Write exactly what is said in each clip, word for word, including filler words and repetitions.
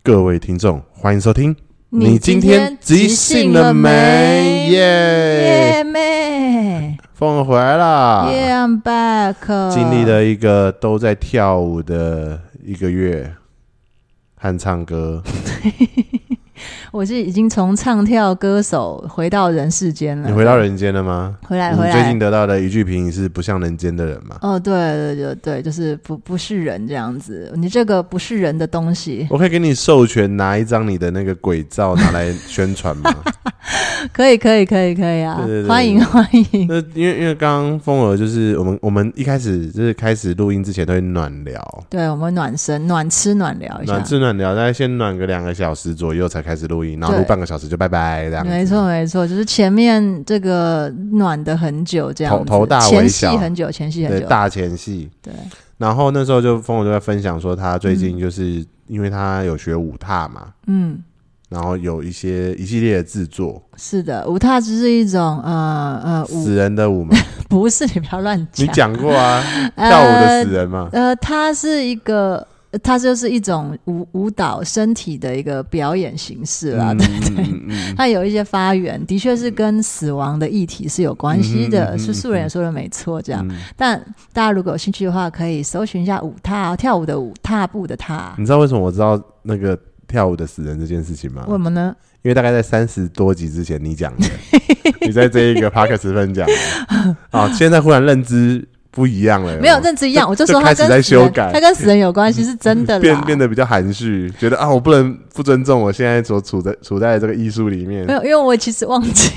各位听众，欢迎收听。你今天即兴了没？耶！ 妹， 凤儿回来啦 Yeah, I'm back。 经历了一个都在跳舞的一个月和唱歌。 我是已经从唱跳歌手回到人世间了。 你回到人间了吗？ 回来回来。 你最近得到的一句评语是不像人间的人吗？ 哦，对对对对，就是不不是人这样子。你这个不是人的东西， 我可以给你授权拿一张你的那个鬼照拿来宣传吗？ 可以可以可以可以啊！ 对对对， 欢迎欢迎。 那因为因为刚刚风儿就是我们我们一开始就是开始录音之前都会暖聊， 对，我们暖身暖吃暖聊一下， 暖吃暖聊，大概先暖个两个小时左右才开始录音，然后录半个小时就拜拜这样子。 没错没错，就是前面这个暖的很久这样子， 头头大尾小， 前戏很久，前戏很久， 对，大前戏。 对。 然后那时候就风儿就在分享说，他最近就是、嗯、因为他有学舞踏嘛，嗯。然后有一些一系列的制作， 是的，舞踏只是一种呃呃死人的舞吗？ 不是，你不要乱讲。 你讲过啊，跳舞的死人吗？ 呃，呃它是一个，它就是一种舞舞蹈身体的一个表演形式啦，嗯、对对、嗯嗯。它有一些发源，的确是跟死亡的议题是有关系的，嗯、是素人也说的没错，这样、嗯。但大家如果有兴趣的话，可以搜寻一下舞踏，跳舞的舞，踏步的踏。 你知道为什么我知道那个？跳舞的死人这件事情吗？ 为什么呢？ 因为大概在三十多集之前你讲的，你在这一个 podcast 分讲的啊，现在忽然认知不一样了有没有， 没有认知一样，我就说他跟在修改， 他跟死人有关系是真的啦， 变变得比较含蓄，觉得啊，我不能不尊重我现在所处在处在这个艺术里面。 没有，因为我其实忘记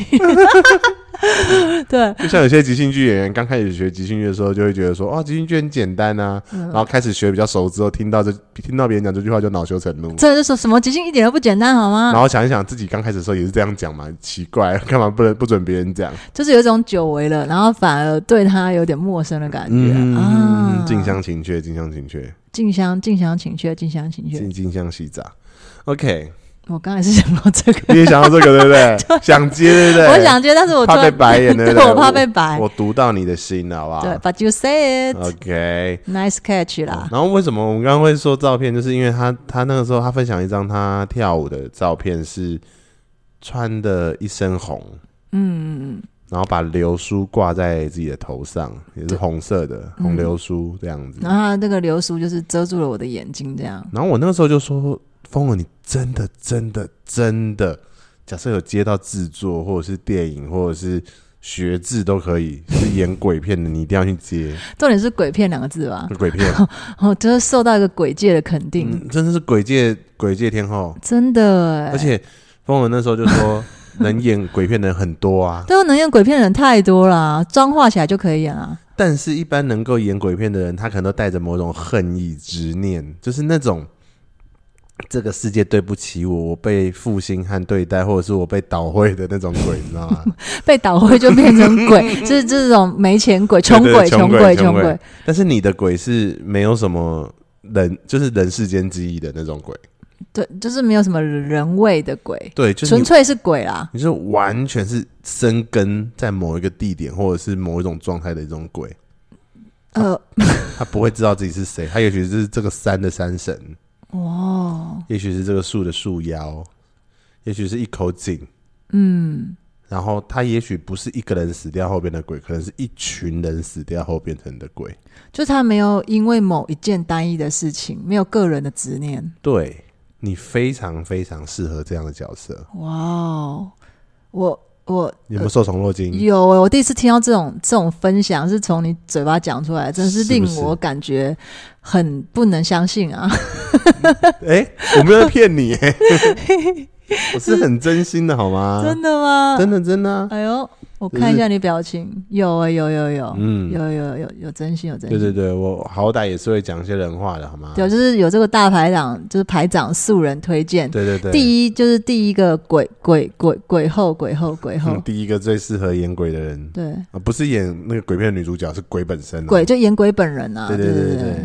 对， 就像有些即兴剧演员刚开始学即兴剧的时候，就会觉得说，哦，即兴剧很简单啊、嗯，然后开始学比较熟之后，听到这听到别人讲这句话就恼羞成怒， 这就说什么即兴一点都不简单好吗？ 然后想一想自己刚开始的时候也是这样讲嘛，奇怪，干嘛不能不准别人讲？ 就是有一种久违了，然后反而对他有点陌生的感觉、嗯、啊， 近乡情怯，近乡情怯， 近乡近乡情怯，近乡情怯， 近近乡细杂 ，OK。 我刚才是想到这个， 你也想到这个对不对？想接对不对？ 我想接，但是我怕被白眼对不对？ 我怕被白。 我, 我读到你的心了，好不好？ 对 ，But you say it. OK. Nice catch 啦。 然后为什么我们刚刚会说照片，就是因为他他那个时候他分享一张他跳舞的照片，是穿的一身红，嗯，然后把流苏挂在自己的头上，也是红色的红流苏这样子。 然后他那个流苏就是遮住了我的眼睛，这样。 然后我那个时候就说。风儿，你真的真的真的，假设有接到制作或者是电影或者是学制都可以，是演鬼片的，你一定要去接。 重点是鬼片两个字吧？ 鬼片， 哦，就是受到一个鬼界的肯定， 嗯、真的是鬼界鬼界天后， 真的。 而且风儿那时候就说，能演鬼片的人很多啊， 对，能演鬼片的人太多了，妆化起来就可以演啊。 但是，一般能够演鬼片的人，他可能都带着某种恨意、执念，就是那种。这个世界对不起我，我被负心汉对待，或者是我被倒会的那种鬼，你知道吗？ 被倒会就变成鬼，就是这种没钱鬼、穷鬼、穷鬼、穷鬼。 但是你的鬼是没有什么人，就是人世间之一的那种鬼。 对，就是没有什么人味的鬼。对， 就是纯粹是鬼啦。 你是完全是生根在某一个地点，或者是某一种状态的一种鬼。呃，他不会知道自己是谁，他也许是这个山的山神。哦，也许是这个树的树妖，也许是一口井，嗯，然后他也许不是一个人死掉后变的鬼，可能是一群人死掉后变成的鬼， 就他没有因为某一件单一的事情，没有个人的执念。 对，你非常非常适合这样的角色。 哇哦，我我你有没有受宠若惊？ 呃、有，我第一次听到这种这种分享是从你嘴巴讲出来，真是令我感觉很不能相信啊！ 哎、欸，我没有在骗你、欸，我是很真心的好吗？ 真的吗？ 真的真的、啊。 哎呦，我看一下你表情，有啊、欸、有有有，嗯，有有有有真心有真心。 对对对，我好歹也是会讲一些人话的好吗？ 对，就是有这个大排长，就是排长素人推荐。 对对对， 第一就是第一个鬼鬼鬼鬼后鬼後鬼後、 嗯，第一个最适合演鬼的人。 对、 啊，不是演那个鬼片的女主角，是鬼本身、啊。 鬼就演鬼本人啊。 对对对对对。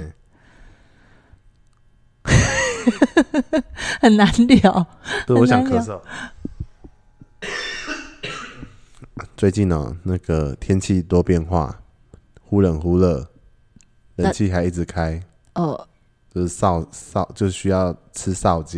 很难聊， 对，我想咳嗽。最近哦，那个天气多变化，忽冷忽热，冷气还一直开哦，就是少少，就需要吃少精。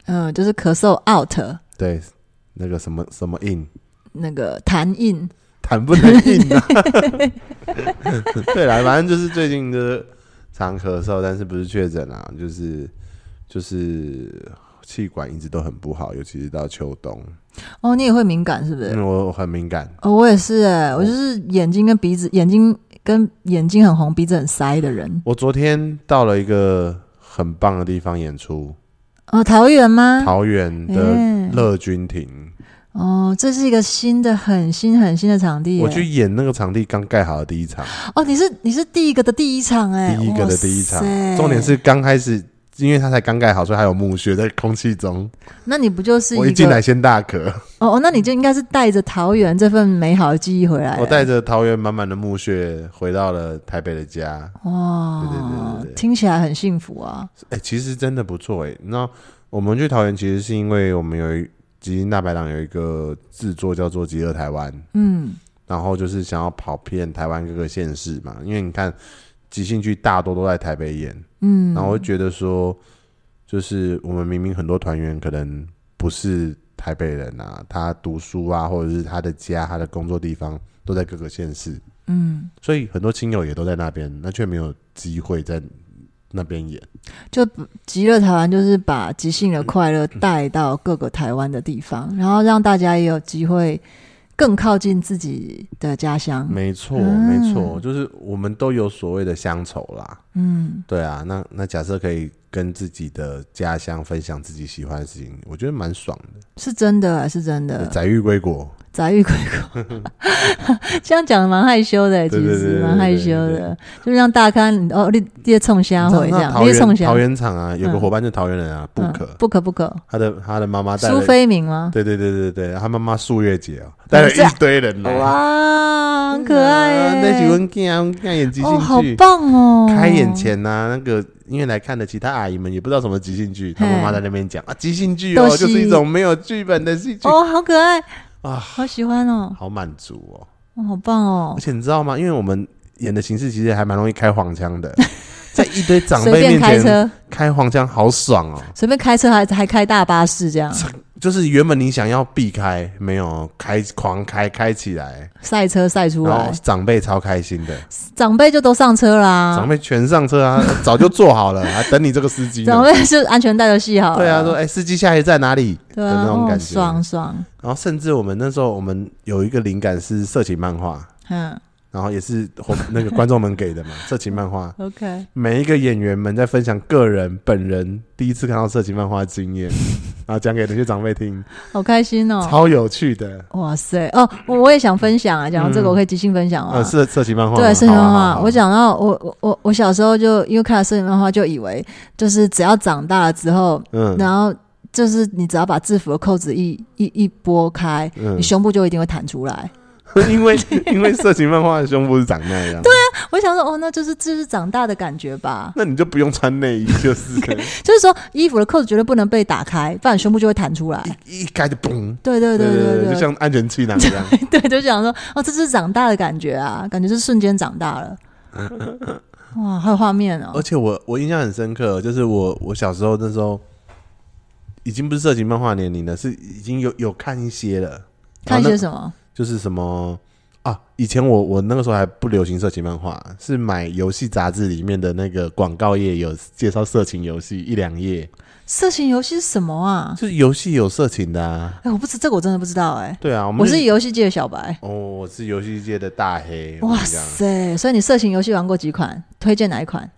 嗯，就是咳嗽 out， 对，那个什么什么印， 那个痰印， 痰不能印啊。对啦，反正就是最近的常咳嗽，但是不是确诊啊，就是就是气管一直都很不好，尤其是到秋冬。 哦，你也会敏感是不是？ 嗯，我很敏感。 哦，我也是哎、欸，我就是眼睛跟鼻子，眼睛跟眼睛很红，鼻子很塞的人。 我昨天到了一个很棒的地方演出。 哦，桃园吗？ 桃园的乐君亭、 欸。哦，这是一个新的、很新、很新的场地。 我去演那个场地刚盖好的第一场。 哦，你是你是第一个的第一场哎、欸， 第一个的第一场。重点是刚开始，因为它才刚盖好，所以还有墓穴在空气中。 那你不就是一个我一进来先大咳。 哦，那你就应该是带着桃园这份美好的记忆回来。 我带着桃园满满的墓穴回到了台北的家。 哇，对对对对对，听起来很幸福啊。 哎、欸，其实真的不错哎、欸。那我们去桃园其实是因为我们有一极星大排档有一个制作叫做《极乐台湾》，嗯，然后就是想要跑遍台湾各个县市嘛，因为你看即兴剧大多都在台北演，嗯，然后我会觉得说，就是我们明明很多团员可能不是台北人啊，他读书啊，或者是他的家、他的工作地方都在各个县市，嗯，所以很多亲友也都在那边，那却没有机会在那边演。 就极乐台湾就是把即兴的快乐带到各个台湾的地方，然后让大家也有机会更靠近自己的家乡。 没错、嗯、没错，就是我们都有所谓的乡愁啦。嗯，对啊，那那假设可以跟自己的家乡分享自己喜欢的事情，我觉得蛮爽的。 是真的是真的， 载誉归国， 载誉归国。这样讲的蛮害羞的，其实蛮害羞的，就让大家看哦，你你冲虾会这样， 桃园桃园场啊，有个伙伴是桃园人啊，不可不可不可， 他的他的妈妈带了苏菲明吗？ 对对对对对，他妈妈素月姐哦，带了一堆人来， 哇，很可爱耶！ 那几文囝啊，看演即兴剧， 好棒哦！ 开演前呐，那个因为来看的其他阿姨们也不知道什么即兴剧，他妈妈在那边讲啊，即兴剧哦，就是一种没有剧本的戏剧哦，好可爱啊， 好喜欢哦， 好满足哦， 哦，好棒哦！ 而且你知道吗？因为我们演的形式其实还蛮容易开黄腔的，在一堆长辈面前开车开黄腔，好爽哦！ 随便开车还还开大巴士这样， 就是原本你想要避开，没有开狂开开起来， 赛车赛出来， 长辈超开心的， 长辈就都上车啦， 长辈全上车啊，早就坐好了，还等你这个司机。 长辈就安全带都系好了， 对啊，说哎、欸，司机下一站哪里？ 对啊， 那种感觉、 哦、爽爽。 然后甚至我们那时候我们有一个灵感是色情漫画，嗯。然后也是那个观众们给的嘛，色情漫画。 OK， 每一个演员们在分享个人本人第一次看到色情漫画的经验，然后讲给那些长辈听， 好开心哦， 超有趣的。 哇塞，哦，我也想分享啊，讲到这个我可以即兴分享啊。 呃，是色情漫画， 对，色情漫画。我讲到我我我小时候就因为看了色情漫画，就以为就是只要长大了之后，嗯，然后就是你只要把制服的扣子一一一拨开，嗯，你胸部就一定会弹出来。 因为因为色情漫画的胸部是长那样， 对啊，我想说哦，那就是就是长大的感觉吧。 那你就不用穿内衣，就是可以就是说衣服的扣子绝对不能被打开，不然胸部就会弹出来。 一一开就嘣， 对对对对 对, 对，就像安全气囊一样。 对，就想说哦，这是长大的感觉啊，感觉是瞬间长大了。哇，还有画面哦！ 而且我我印象很深刻，就是我我小时候那时候已经不是色情漫画年龄了，是已经有有看一些了。 看一些什么？ 就是什么啊？以前我我那个时候还不流行色情漫画，是买游戏杂志里面的那个广告页有介绍色情游戏一两页。 色情游戏是什么啊？ 就是游戏有色情的啊！ 哎、欸，我不知这个我真的不知道哎、欸。 对啊，我们我是游戏界的小白哦，我是游戏界的大黑。 哇塞！所以你色情游戏玩过几款？推荐哪一款？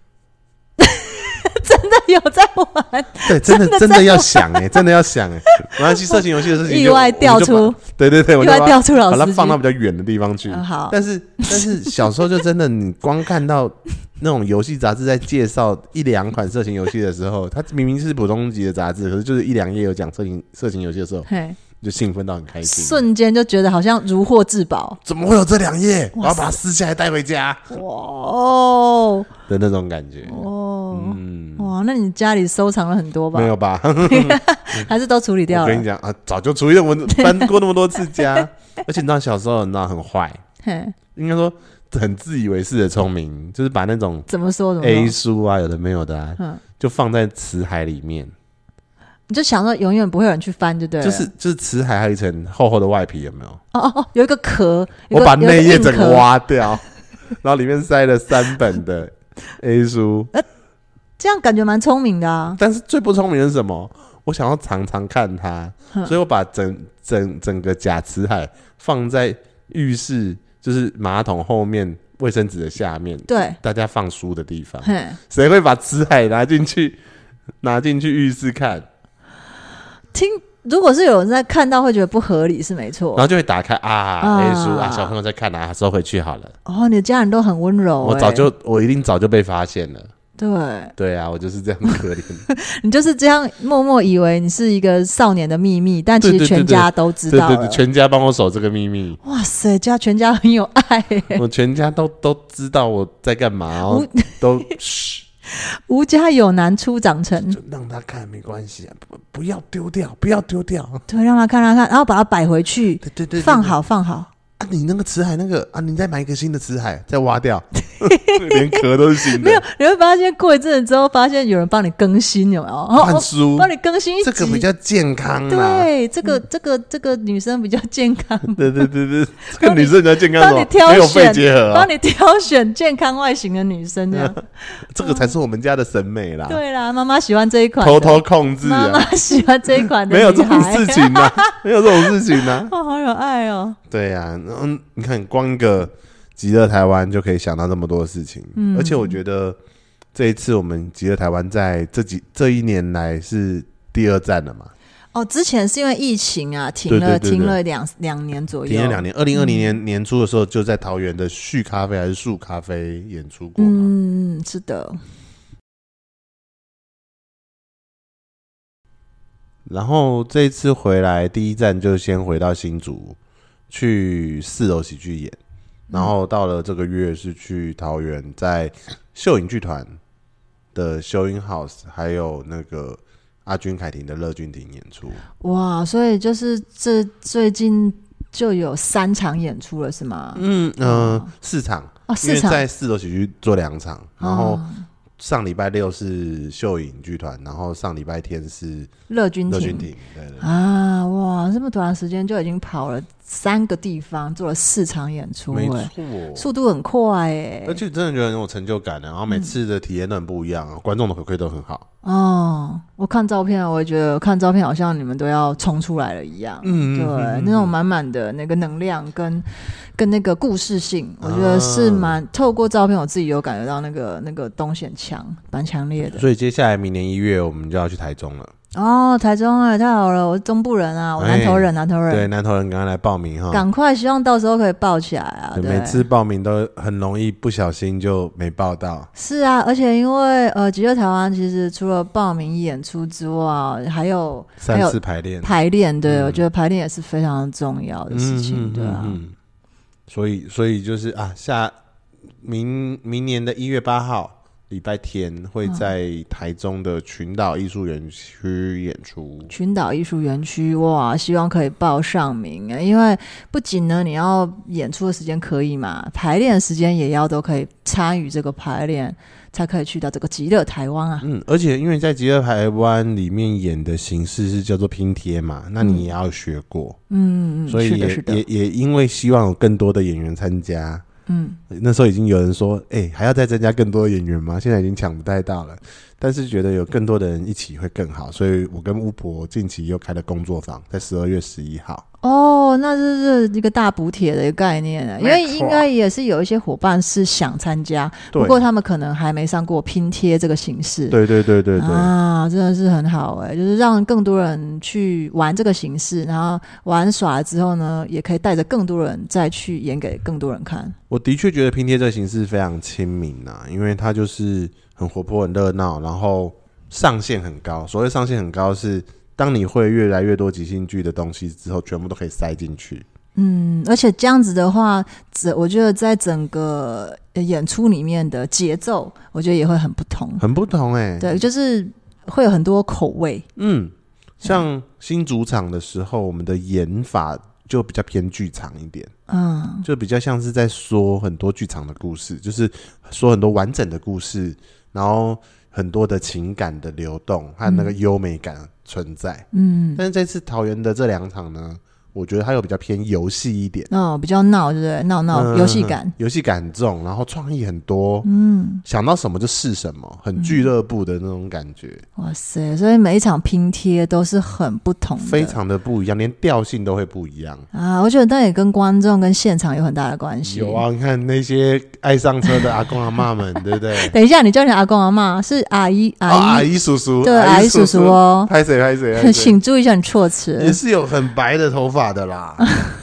真的有在玩？ 对，真的真的要想哎、欸，真的要想哎、欸。没关系，色情游戏的事情意外调出， 对对对， 意外调出老师， 把它放到比较远的地方去。 嗯、好， 但是但是小时候就真的，你光看到那种游戏杂志在介绍一两款色情游戏的时候，它明明是普通级的杂志，可是就是一两页有讲色情色情游戏的时候，嘿。就兴奋到很开心， 瞬间就觉得好像如获至宝。 怎么会有这两页？我要把它撕下来带回家。哇哦的那种感觉。哦， 嗯，哇，那你家里收藏了很多吧？ 没有吧？ 还是都处理掉了？ 我跟你讲啊，早就处理了。我搬过那么多次家，而且你知道小时候你知道很坏，应该说很自以为是的聪明，就是把那种怎么说怎么 A 书啊，有的没有的啊，嗯、就放在词海里面。 你就想说永远不会有人去翻就对了， 就是就是辞海还有一层厚厚的外皮，有没有？ 哦哦哦，有一个壳， 我把内页整个挖掉，然后里面塞了三本的 A 书， 呃，这样感觉蛮聪明的啊。 但是最不聪明的是什么？我想要常常看它，所以我把整整整个假辞海放在浴室，就是马桶后面卫生纸的下面， 对， 大家放书的地方。谁会把辞海拿进去拿进去浴室看？ 听，如果是有人在看到，会觉得不合理是没错， 然后就会打开啊 A 书啊，小朋友在看啊，收回去好了。 哦，你的家人都很温柔、欸， 我早就我一定早就被发现了。 对对啊，我就是这样可怜。 你就是这样默默以为你是一个少年的秘密，但其实全家都知道了。 对对对，全家帮我守这个秘密。 哇塞，家全家很有爱、欸， 我全家都都知道我在干嘛，然后都嘘。 无家有难初长成， 就让他看没关系、啊，不不要丢掉，不要丢掉。 对，让他看，让他看，然后把它摆回去， 对对 对, 对， 放好放好。 啊，你那个辞海那个啊，你再买一个新的辞海，再挖掉，连壳都是新的。 没有，你会发现过一阵子之后，发现有人帮你更新，有没有？ 换书， 帮你更新一集， 这个比较健康啊。 对，这个、嗯、这个这个女生比较健康。 对对对对，这个女生比较健康， 帮你挑选， 没有肺结核、哦， 帮你挑选健康外形的女生，这样。 这个才是我们家的审美啦。 对啦，妈妈喜欢这一款， 偷偷控制、啊。 妈妈喜欢这一款的， 没有这种事情啊，没有这种事情啊。 哦，好有爱哦。 对呀、啊，嗯，你看，光一个极乐台湾就可以想到这么多事情，嗯，而且我觉得这一次我们极乐台湾在这几这一年来是第二站了嘛。 哦，之前是因为疫情啊，停了，对对对对停了两两年左右， 停了两年。二零二零年年初的时候，就在桃园的旭咖啡还是树咖啡演出过嘛。 嗯，是的。 然后这一次回来，第一站就先回到新竹，去四楼喜剧演。然后到了这个月是去桃园，在秀影剧团的 Showing House， 还有那个阿君凯婷的乐君亭演出。哇， 所以就是这最近就有三场演出了，是吗？ 嗯呃、哦，四场哦，四场，因为在四楼喜剧做两场，然后上礼拜六是秀影剧团，然后上礼拜天是乐君亭。 乐君亭，对对对啊，哇，这么短的时间就已经跑了三个地方，做了四场演出， 没错， 速度很快哎， 而且真的觉得很有成就感的。然后每次的体验都很不一样、啊嗯、观众的回馈都很好。 哦，我看照片，我也觉得看照片好像你们都要冲出来了一样。嗯，对，嗯、那种满满的那个能量跟跟那个故事性，我觉得是蛮、啊、透过照片，我自己有感觉到那个那个东西很强，蛮强烈的。 所以接下来明年一月我们就要去台中了。 哦，台中哎，太好了！我是中部人啊，我南投人，欸、南投人。 对，南投人赶快来报名哈， 赶快，希望到时候可以报起来啊！对， 每次报名都很容易不小心就没报到。 是啊，而且因为呃，极乐台湾其实除了报名演出之外，还有三次排练， 排练对、嗯，我觉得排练也是非常重要的事情，嗯、对啊。嗯， 所以所以就是啊，下明明年的一月八号。礼拜天会在台中的群岛艺术园区演出。 群岛艺术园区，哇，希望可以报上名，因为不仅呢你要演出的时间可以嘛，排练的时间也要都可以参与这个排练，才可以去到这个极乐台湾啊。 嗯，而且因为在极乐台湾里面演的形式是叫做拼贴嘛，那你也要学过。嗯嗯，所以 也, 是的是的也也因为希望有更多的演员参加。嗯，那时候已经有人说，哎、欸，还要再增加更多的演员吗？现在已经抢不太到了，但是觉得有更多的人一起会更好，所以我跟巫婆近期又开了工作坊，在十二月十一号。哦， 那这是一个大补帖的一个概念啊，因为应该也是有一些伙伴是想参加，不过他们可能还没上过拼贴这个形式。 对对对对对， 啊，真的是很好哎、欸，就是让更多人去玩这个形式，然后玩耍了之后呢，也可以带着更多人再去演给更多人看。 我的确觉得拼贴这个形式非常亲民啊，因为它就是很活泼、很热闹，然后上限很高。所谓上限很高是，当你会越来越多即兴剧的东西之后，全部都可以塞进去。 嗯，而且这样子的话，我觉得在整个演出里面的节奏，我觉得也会很不同， 很不同哎、欸。 对，就是会有很多口味。 嗯，像新主场的时候，我们的演法就比较偏剧场一点，嗯，就比较像是在说很多剧场的故事，就是说很多完整的故事，然后很多的情感的流动和那个优美感存在。 嗯， 但是这次桃园的这两场呢，我觉得它有比较偏游戏一点， 哦，比较闹，对不对？闹闹游戏感， 游戏感很重，然后创意很多， 嗯， 想到什么就是什么，很俱乐部的那种感觉。 嗯、哇塞！所以每一场拼贴都是很不同的， 非常的不一样，连调性都会不一样啊！我觉得那也跟观众跟现场有很大的关系。 有啊，你看那些爱上车的阿公阿嬷们，对不对？ 等一下，你叫你阿公阿嬷是阿姨阿姨、哦、 阿姨叔叔， 对，阿姨叔叔哦， 拍谁拍谁， 请注意一下你措辞， 也是有很白的头发的啦。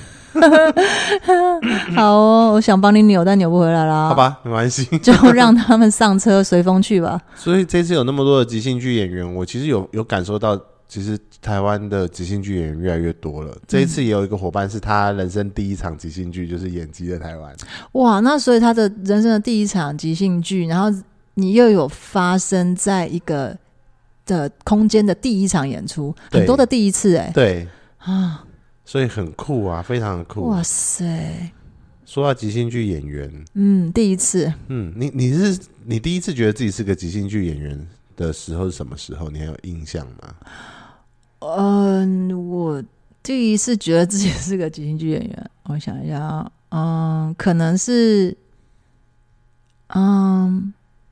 好哦，我想帮你扭，但扭不回来啦。 好吧，没关系， 就让他们上车随风去吧。 所以这次有那么多的即兴剧演员，我其实有有感受到，其实台湾的即兴剧演员越来越多了。这一次也有一个伙伴是他人生第一场即兴剧，就是演技的台湾。 哇，那所以他的人生的第一场即兴剧，然后你又有发生在一个的空间的第一场演出，很多的第一次哎、欸。 对啊。 所以很酷啊，非常的酷。 哇塞！ 说到即兴剧演员， 嗯，第一次， 嗯，你你是你第一次觉得自己是个即兴剧演员的时候是什么时候？你还有印象吗？ 嗯，我第一次觉得自己是个即兴剧演员，我想一下啊，嗯，可能是，嗯，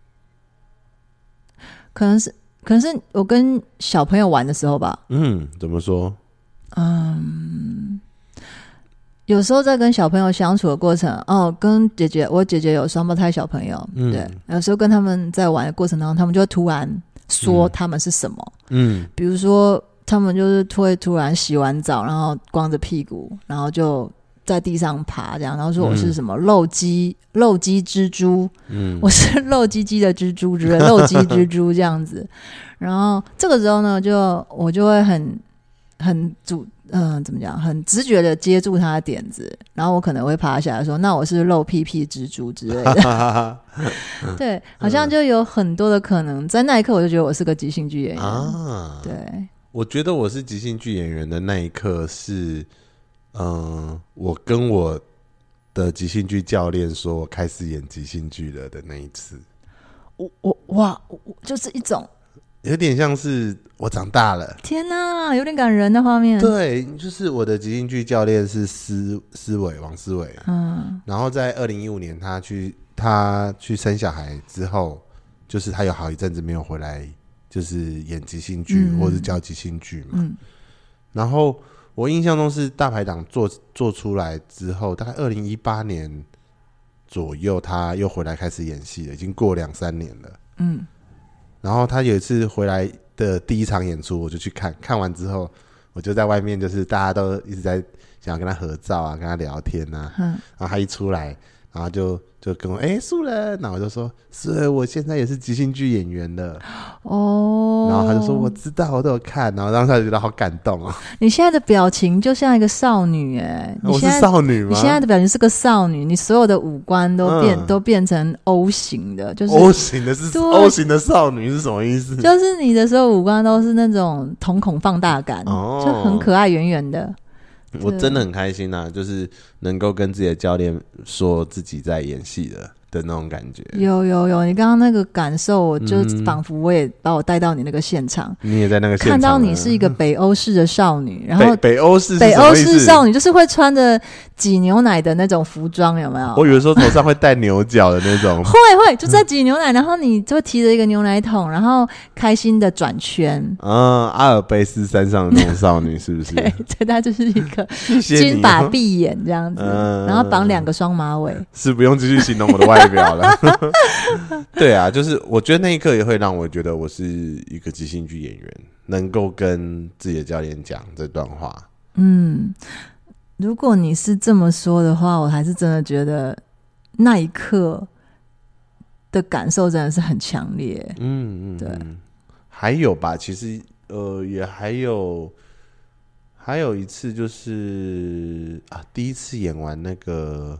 可能是，可能是我跟小朋友玩的时候吧。 嗯，怎么说？ 嗯，有时候在跟小朋友相处的过程，哦，跟姐姐，我姐姐有双胞胎小朋友，嗯、对，有时候跟他们在玩的过程当中，他们就会突然说他们是什么，嗯，比如说他们就是会突然洗完澡，然后光着屁股，然后就在地上爬，这样，然后说我是什么肉鸡、嗯、肉鸡蜘蛛，嗯，我是肉鸡鸡的蜘蛛之类，肉鸡蜘蛛这样子，然后这个时候呢，就我就会很。很主嗯、呃，怎么讲？很直觉的接住他的点子，然后我可能会爬下来说：“那我是肉屁屁蜘蛛之类的。”对，好像就有很多的可能。在那一刻，我就觉得我是个即兴剧演员啊。对， 我觉得我是即兴剧演员的那一刻是，嗯、呃，我跟我的即兴剧教练说我开始演即兴剧了的那一次。 我我哇，我就是一种。 有点像是我长大了， 天哪，有点感人的画面。 对，就是我的即兴剧教练是思思伟王思伟，嗯，然后在二零一五年他去他去生小孩之后，就是他有好一阵子没有回来，就是演即兴剧、嗯、或是教即兴剧嘛、嗯。然后我印象中是大排档做做出来之后，大概二零一八年左右，他又回来开始演戏了，已经过两三年了，嗯。然后他有一次回来的第一场演出，我就去看，看完之后，我就在外面，就是大家都一直在想要跟他合照啊，跟他聊天啊。嗯、然后他一出来，然后就就跟我，哎，素人，然后我就说，是，我现在也是即兴剧演员了。哦。然后他就说，我知道，我都有看。然后当时他就觉得好感动哦。 你现在的表情就像一个少女，哎， 我是少女吗？ 你现在的表情是个少女，你所有的五官都变、嗯、都变成 O 型的，就是 O 型的是 O 型的少女是什么意思？ 就是你的所有五官都是那种瞳孔放大感，哦、就很可爱，圆圆的。 我真的很开心啊，就是能够跟自己的教练说自己在演戏的的那种感觉。 有有有，你刚刚那个感受，我就仿佛我也把我带到你那个现场， 你也在那个现场， 看到你是一个北欧式的少女，然后北北欧式北欧式少女就是会穿着挤牛奶的那种服装，有没有？ 我有时候头上会戴牛角的那种， 会会就在挤牛奶，然后你就提着一个牛奶桶，然后开心的转圈。 嗯，阿尔卑斯山上的那种少女是不是？ 对，对，她就是一个金发碧眼这样子，嗯、然后绑两个双马尾， 是不用继续形容我的外表了。对啊，就是我觉得那一刻也会让我觉得我是一个即兴剧演员，能够跟自己的教练讲这段话。嗯， 如果你是这么说的话，我还是真的觉得那一刻的感受真的是很强烈。嗯嗯，对。 还有吧，其实呃也还有还有一次就是啊，第一次演完那个。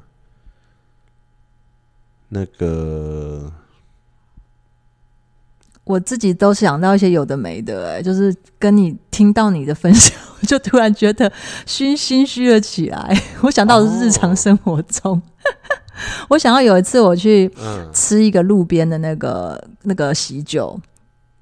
那个， 我自己都想到一些有的没的、欸，就是跟你听到你的分享，我就突然觉得心心虚了起来。我想到的是日常生活中，哦、我想到有一次我去吃一个路边的那个那个喜酒，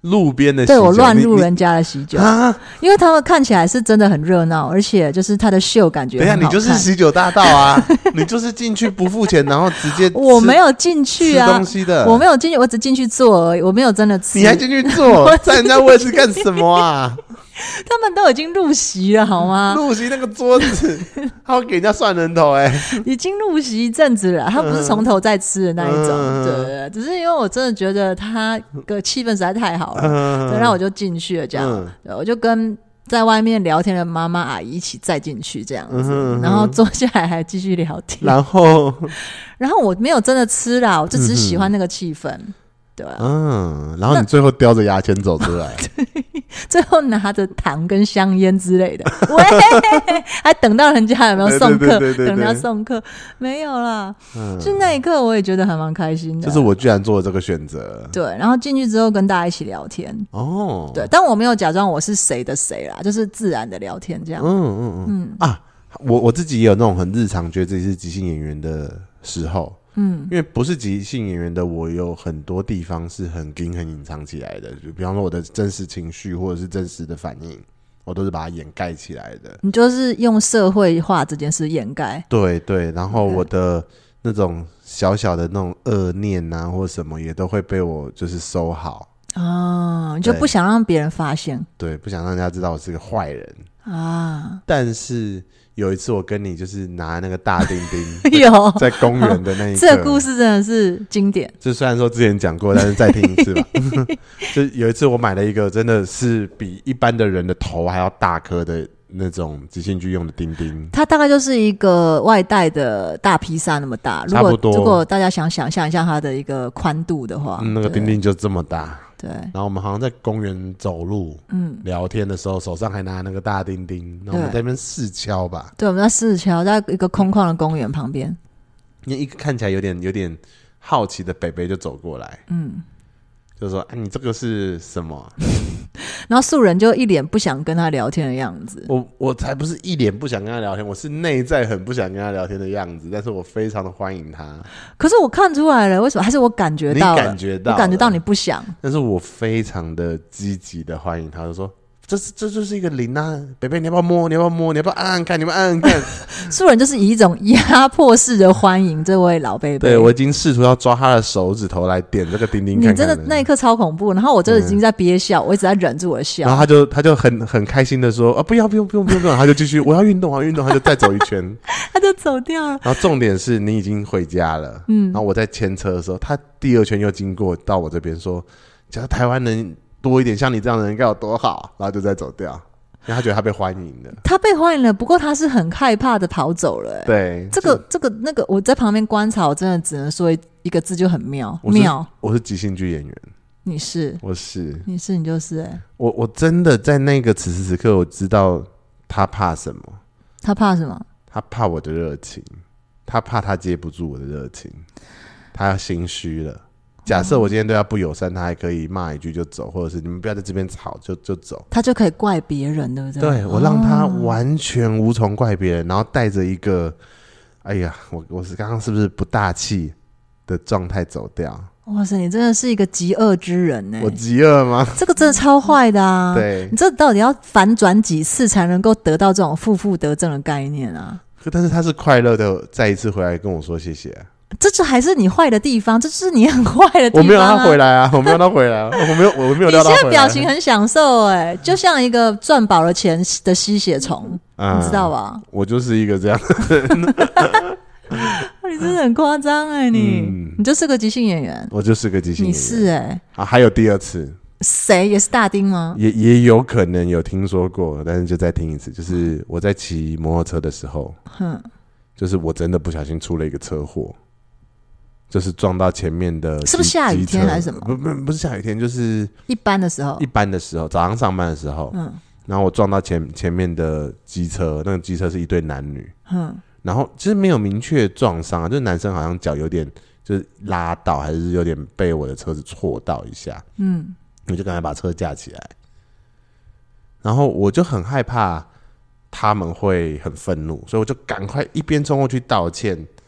路边的喜酒， 对，我乱入人家的喜酒啊，因为他们看起来是真的很热闹，而且就是他的秀感觉很好看。 等一下，你就是喜酒大盗啊！你就是进去不付钱，然后直接我没有进去啊， 吃东西的， 我没有进去，我只进去坐而已，我没有真的吃。 你还进去坐，在人家位置干什么啊？ 他们都已经入席了，好吗？ 入席那个桌子，他会给人家算人头哎、欸， 已经入席一阵子了，他不是从头再吃的那一种，嗯、对, 对对，只是因为我真的觉得他的气氛实在太好了，嗯、对，然后我就进去了，这样，嗯、对我就跟在外面聊天的妈妈阿姨一起再进去这样子，嗯、然后坐下来还继续聊天， 然后， 然后我没有真的吃啦，我就只是喜欢那个气氛。嗯对啊， 嗯，然后你最后叼着牙签走出来， 最后拿着糖跟香烟之类的，喂，还等到人家有没有送客，等人家送客没有啦，嗯，就那一刻我也觉得还蛮开心的， 就是我居然做了这个选择， 对，然后进去之后跟大家一起聊天，哦，对，但我没有假装我是谁的谁啦，就是自然的聊天这样，嗯嗯嗯啊， 我我自己也有那种很日常觉得自己是即兴演员的时候。嗯，因为不是即兴演员的我，有很多地方是很隐很隐藏起来的，就比方说我的真实情绪或者是真实的反应，我都是把它掩盖起来的。 你就是用社会化这件事掩盖， 对对，然后我的那种小小的那种恶念啊或什么也都会被我就是收好哦，你就不想让别人发现， 对，不想让人家知道我是个坏人啊，但是。有一次我跟你就是拿那个大钉钉有在公园的那一刻， 这个故事真的是经典， 就虽然说之前讲过，但是再听一次吧就有一次我买了一个真的是比一般的人的头还要大颗的那种即兴剧用的钉钉，它大概就是一个外带的大披萨那么大，如果差不多如果大家想想象一下它的一个宽度的话、 嗯、那个钉钉就这么大， 对， 然后我们好像在公园走路，嗯，聊天的时候手上还拿那个大钉钉，然后我们在那边试敲吧， 对，我们在试敲，在一个空旷的公园旁边， 因为一个看起来有点有点好奇的北北就走过来，嗯，就说：“哎、啊，你这个是什么？” 然后素人就一脸不想跟他聊天的样子。 我我才不是一脸不想跟他聊天，我是内在很不想跟他聊天的样子，但是我非常的欢迎他。 可是我看出来了，为什么？还是我感觉到了？ 你感觉到了？ 我感觉到你不想， 但是我非常的积极的欢迎他，就说。这是这就是一个零啊，北北你要不要摸？你要不要摸？你要不要按按看？你们按按看。 素人就是以一种压迫式的欢迎这位老贝贝。 对，我已经试图要抓他的手指头来点这个钉钉看看。 你真的那一刻超恐怖，然后我真的已经在憋笑，嗯、我一直在忍住我的笑。 然后他就他就很很开心的说啊，不要不用不用不用不用，他就继续我要运动我要运动，他就再走一圈， 他就走掉了。 然后重点是你已经回家了，嗯，然后我在牵车的时候，他第二圈又经过到我这边说，假如台湾人多一点像你这样的人该有多好，然后就再走掉。因为他觉得他被欢迎了， 他被欢迎了，不过他是很害怕的跑走了、欸。 对， 这个这个那个，我在旁边观察，我真的只能说一个字，就很妙妙。 我是即兴剧演员， 你是， 我是， 你是，你就是哎、欸。 我我真的在那个此时此刻，我知道他怕什么。 他怕什么？ 他怕我的热情，他怕他接不住我的热情，他要心虚了。假设我今天对他不友善，他还可以骂一句就走，或者是你们不要在这边吵就就走， 他就可以怪别人，对不对？ 对，我让他完全无从怪别人，然后带着一个哎呀我我是刚刚是不是不大气的状态走掉。 哇塞，你真的是一个极恶之人呢、欸！ 我极恶吗？ 这个真的超坏的啊！ 对， 你这到底要反转几次才能够得到这种负负得正的概念啊？ 但是他是快乐的，再一次回来跟我说谢谢、啊。 这就还是你坏的地方，这就是你很坏的地方、啊。 我没有让他回来啊，我没有让他回来、啊，我没有，我没有让他回来。 你现在表情很享受哎、欸，就像一个赚饱了钱的吸血虫、嗯，你知道吧？ 我就是一个这样的人。 你真的很夸张哎，你、嗯、你就是个即兴演员， 我就是个即兴演员， 你是哎、欸。 啊，还有第二次， 谁也是大丁吗？ 也也有可能有听说过，但是就再听一次，就是我在骑摩托车的时候，哼，就是我真的不小心出了一个车祸。就是撞到前面的， 是不是下雨天还是什么？ 不不不是下雨天，就是一般的时候。 一般的时候，早上上班的时候，嗯，然后我撞到前前面的机车，那个机车是一对男女，嗯，然后其实没有明确撞伤啊，就是男生好像脚有点就是拉到，还是有点被我的车子挫到一下，嗯，我就赶快把车架起来，然后我就很害怕他们会很愤怒，所以我就赶快一边冲过去道歉。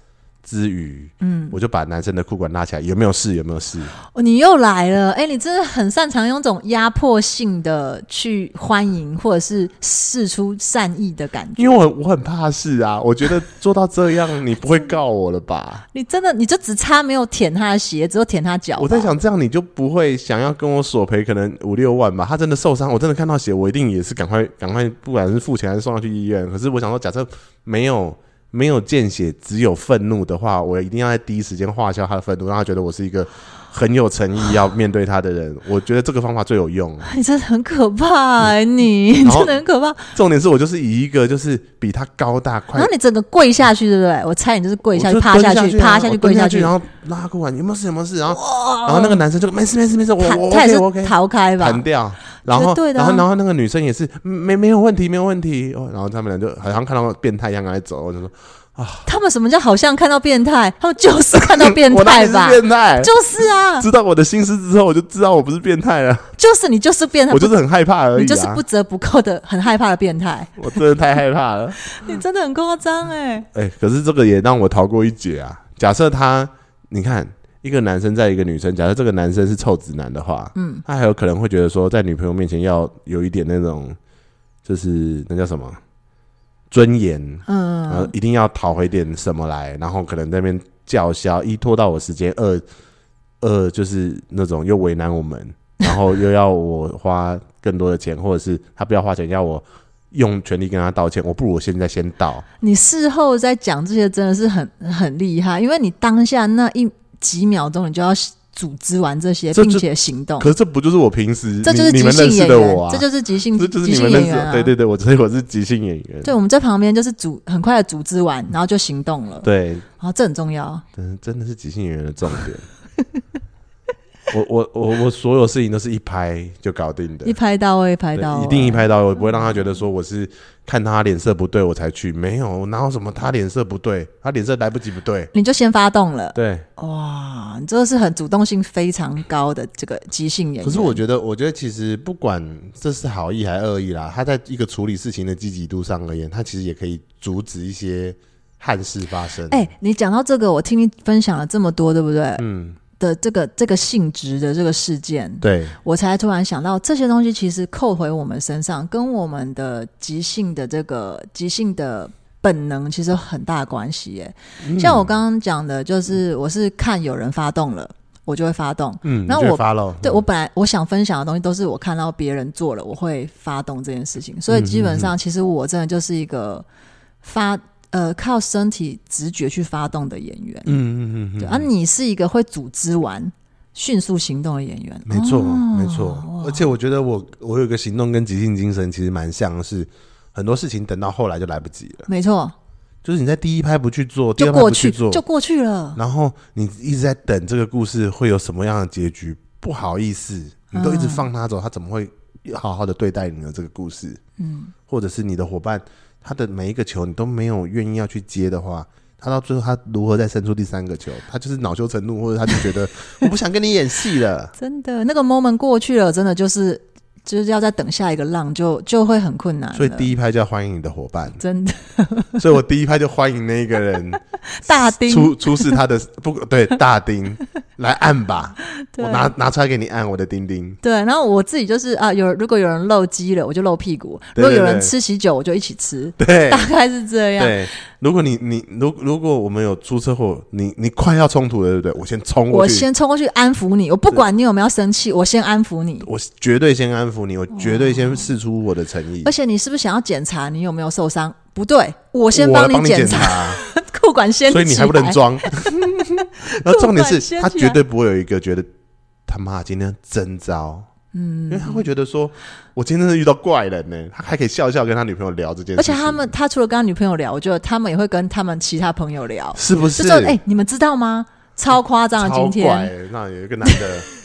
之余，嗯，我就把男生的裤管拉起来，有没有事？有没有事？ 哦，你又来了，哎、欸，你真的很擅长用这种压迫性的去欢迎，或者是释出善意的感觉。 因为我我很怕事啊，我觉得做到这样，你不会告我了吧？ 你真的，你就只差没有舔他的鞋，只有舔他脚。 我在想，这样你就不会想要跟我索赔可能五六万吧？他真的受伤，我真的看到血，我一定也是赶快赶快，不管是付钱还是送他去医院。可是我想说，假设没有。没有见血，只有愤怒的话，我一定要在第一时间化消他的愤怒，让他觉得我是一个很有诚意要面对他的人。我觉得这个方法最有用。 你真的很可怕、欸嗯、你你真的很可怕。 重点是我就是以一个就是比他高大快， 然后你整个跪下去，对不对？我猜你就是跪下去，趴下去，趴下去，跪下去， 然后拉过来，有没有事？有没有事？然后然后那个男生就没事没事没事，我我他也是 OK 逃开吧， 弹掉。然后，然后，然后那个女生也是没没有问题，没有问题。哦，然后他们俩就好像看到变态一样来走，我就说。啊、 他们什么叫好像看到变态？他们就是看到变态吧？ 我哪里是变态？ 就是啊！ 知道我的心思之后，我就知道我不是变态了。 就是你就是变态， 我就是很害怕而已、啊。 你就是不折不扣的很害怕的变态。 我真的太害怕了。 你真的很夸张哎！ 哎，可是这个也让我逃过一劫啊。假设他，你看一个男生在一个女生，假设这个男生是臭直男的话，嗯，他还有可能会觉得说，在女朋友面前要有一点那种，就是那叫什么？尊严，嗯，然后一定要讨回点什么来，然后可能在那边叫嚣，一拖到我时间，二二就是那种又为难我们，然后又要我花更多的钱，或者是他不要花钱，要我用全力跟他道歉，我不如我现在先道。 你事后在讲这些真的是很很厉害，因为你当下那一几秒钟你就要组织完这些，并且行动。 可是这不就是我平时这就是即兴演员、啊、这就是即兴， 这就是你们认识的、啊。对对对，我所以我是即兴演员。 对，我们在旁边就是组很快的组织完，然后就行动了。 对， 然后这很重要。 真真的是即兴演员的重点。我我我我所有事情都是一拍就搞定的， 一拍到位，一拍到位， 一定一拍到位，我不会让他觉得说我是看他脸色不对我才去，没有，哪有什么他脸色不对，他脸色来不及不对， 你就先发动了。 对， 哇，你这个是很主动性非常高的这个即兴演员。 可是我觉得，我觉得其实不管这是好意还是恶意啦，他在一个处理事情的积极度上而言，他其实也可以阻止一些憾事发生。 哎、欸，你讲到这个，我听你分享了这么多，对不对？嗯。的这个这个性质的这个事件， 对， 我才突然想到，这些东西其实扣回我们身上，跟我们的即兴的这个即兴的本能其实有很大的关系耶。嗯、像我刚刚讲的，就是我是看有人发动了，我就会发动。 嗯， 然后我发了， 对、嗯、我本来我想分享的东西，都是我看到别人做了，我会发动这件事情。所以基本上，其实我真的就是一个发。呃，靠身体直觉去发动的演员，嗯嗯嗯，对啊，你是一个会组织完、迅速行动的演员， 没错、哦、没错。而且我觉得我我有一个行动跟即兴精神其实蛮像，是很多事情等到后来就来不及了。 没错， 就是你在第一拍不去做，第二拍不去做， 就过去了。 然后你一直在等这个故事会有什么样的结局，不好意思，你都一直放他走，嗯、他怎么会好好的对待你的这个故事？嗯，或者是你的伙伴。他的每一个球你都没有愿意要去接的话，他到最后他如何再生出第三个球？他就是恼羞成怒，或者他就觉得我不想跟你演戏了。 真的，那个 moment 过去了，真的就是就是要再等下一个浪就，就就会很困难。 所以第一拍就要欢迎你的伙伴， 真的。 所以我第一拍就欢迎那个人大丁出出示他的不对大丁来按吧，我拿拿出来给你按我的丁丁。 对，然后我自己就是啊，有如果有人露鸡了，我就露屁股；如果有人吃喜酒，我就一起吃。 对， 大概是这样。 对，如果你你如如果我们有出车祸，你你快要冲突了，对不对？我先冲过去， 我先冲过去安抚你，我不管你有没有生气，我先安抚你， 我绝对先安抚你，我绝对先释出我的诚意。 而且你是不是想要检查你有没有受伤？不对，我先帮你检查，裤管先起来， 所以你还不能装。然后重点是他绝对不会有一个觉得他妈今天真糟，嗯，因为他会觉得说我今天是遇到怪人呢，他还可以笑笑跟他女朋友聊这件事情。 而且他们他除了跟他女朋友聊，我觉得他们也会跟他们其他朋友聊， 是不是？ 就说哎、欸，你们知道吗？超夸张的今天， 超怪、欸。那有一个男的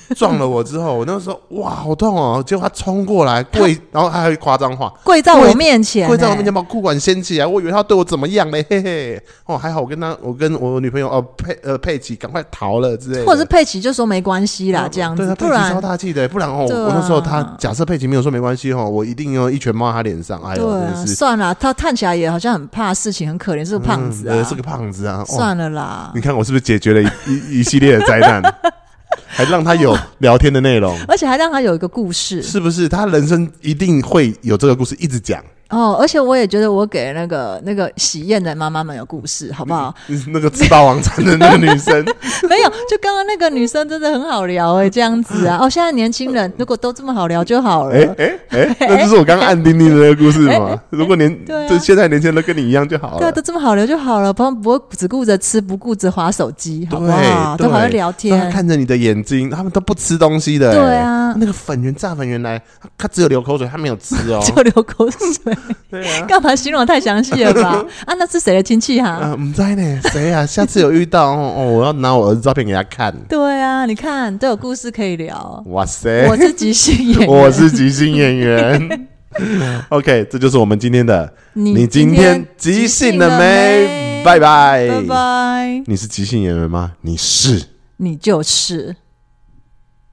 撞了我之后，我那时候哇好痛哦，结果他冲过来跪，然后他还会夸张话， 跪在我面前、欸， 跪在我面前把裤管掀起来，我以为他对我怎么样嘞，嘿嘿。哦，还好我跟他，我跟我女朋友哦佩呃佩奇赶快逃了之类的， 或者是佩奇就说没关系啦、嗯，这样子， 对， 不然佩奇超大气的，不然哦，啊、我那时候他假设佩奇没有说没关系哦，我一定要一拳冒他脸上，哎呦， 对、啊， 真是算了，他看起来也好像很怕事情，很可怜，是个胖子啊， 嗯、是个胖子啊， 算了啦， 你看我是不是解决了一一一系列的灾难？还让他有聊天的内容， 而且还让他有一个故事， 是不是？他人生一定会有这个故事一直讲。 哦，而且我也觉得我给那个那个喜宴的妈妈们有故事，好不好？ 那个吃霸王餐的那个女生没有，就刚刚那个女生真的很好聊哎、欸，这样子啊。哦，现在年轻人如果都这么好聊就好了。哎哎哎，那就是我刚刚按叮叮的那个故事嘛。欸欸、如果年对、啊、现在年轻人都跟你一样就好了， 对、啊，都这么好聊就好了，不然不会只顾着吃，不顾着滑手机，好不好？都好好聊天， 看着你的眼睛，他们都不吃东西的、欸。 对啊， 那个粉圆炸粉圆来，他只有流口水，他没有吃哦， 就流口水。对啊。干嘛形容太详细了吧？啊，那是谁的亲戚哈？ 啊，不知道呢，谁啊？下次有遇到哦，哦，我要拿我儿子照片给他看。 对啊，你看都有故事可以聊。 哇塞， 我是即兴演员， 我是即兴演员。OK， 这就是我们今天的。 你, 你今天即兴了没？拜拜， 拜拜。 你是即兴演员吗？你是， 你就是。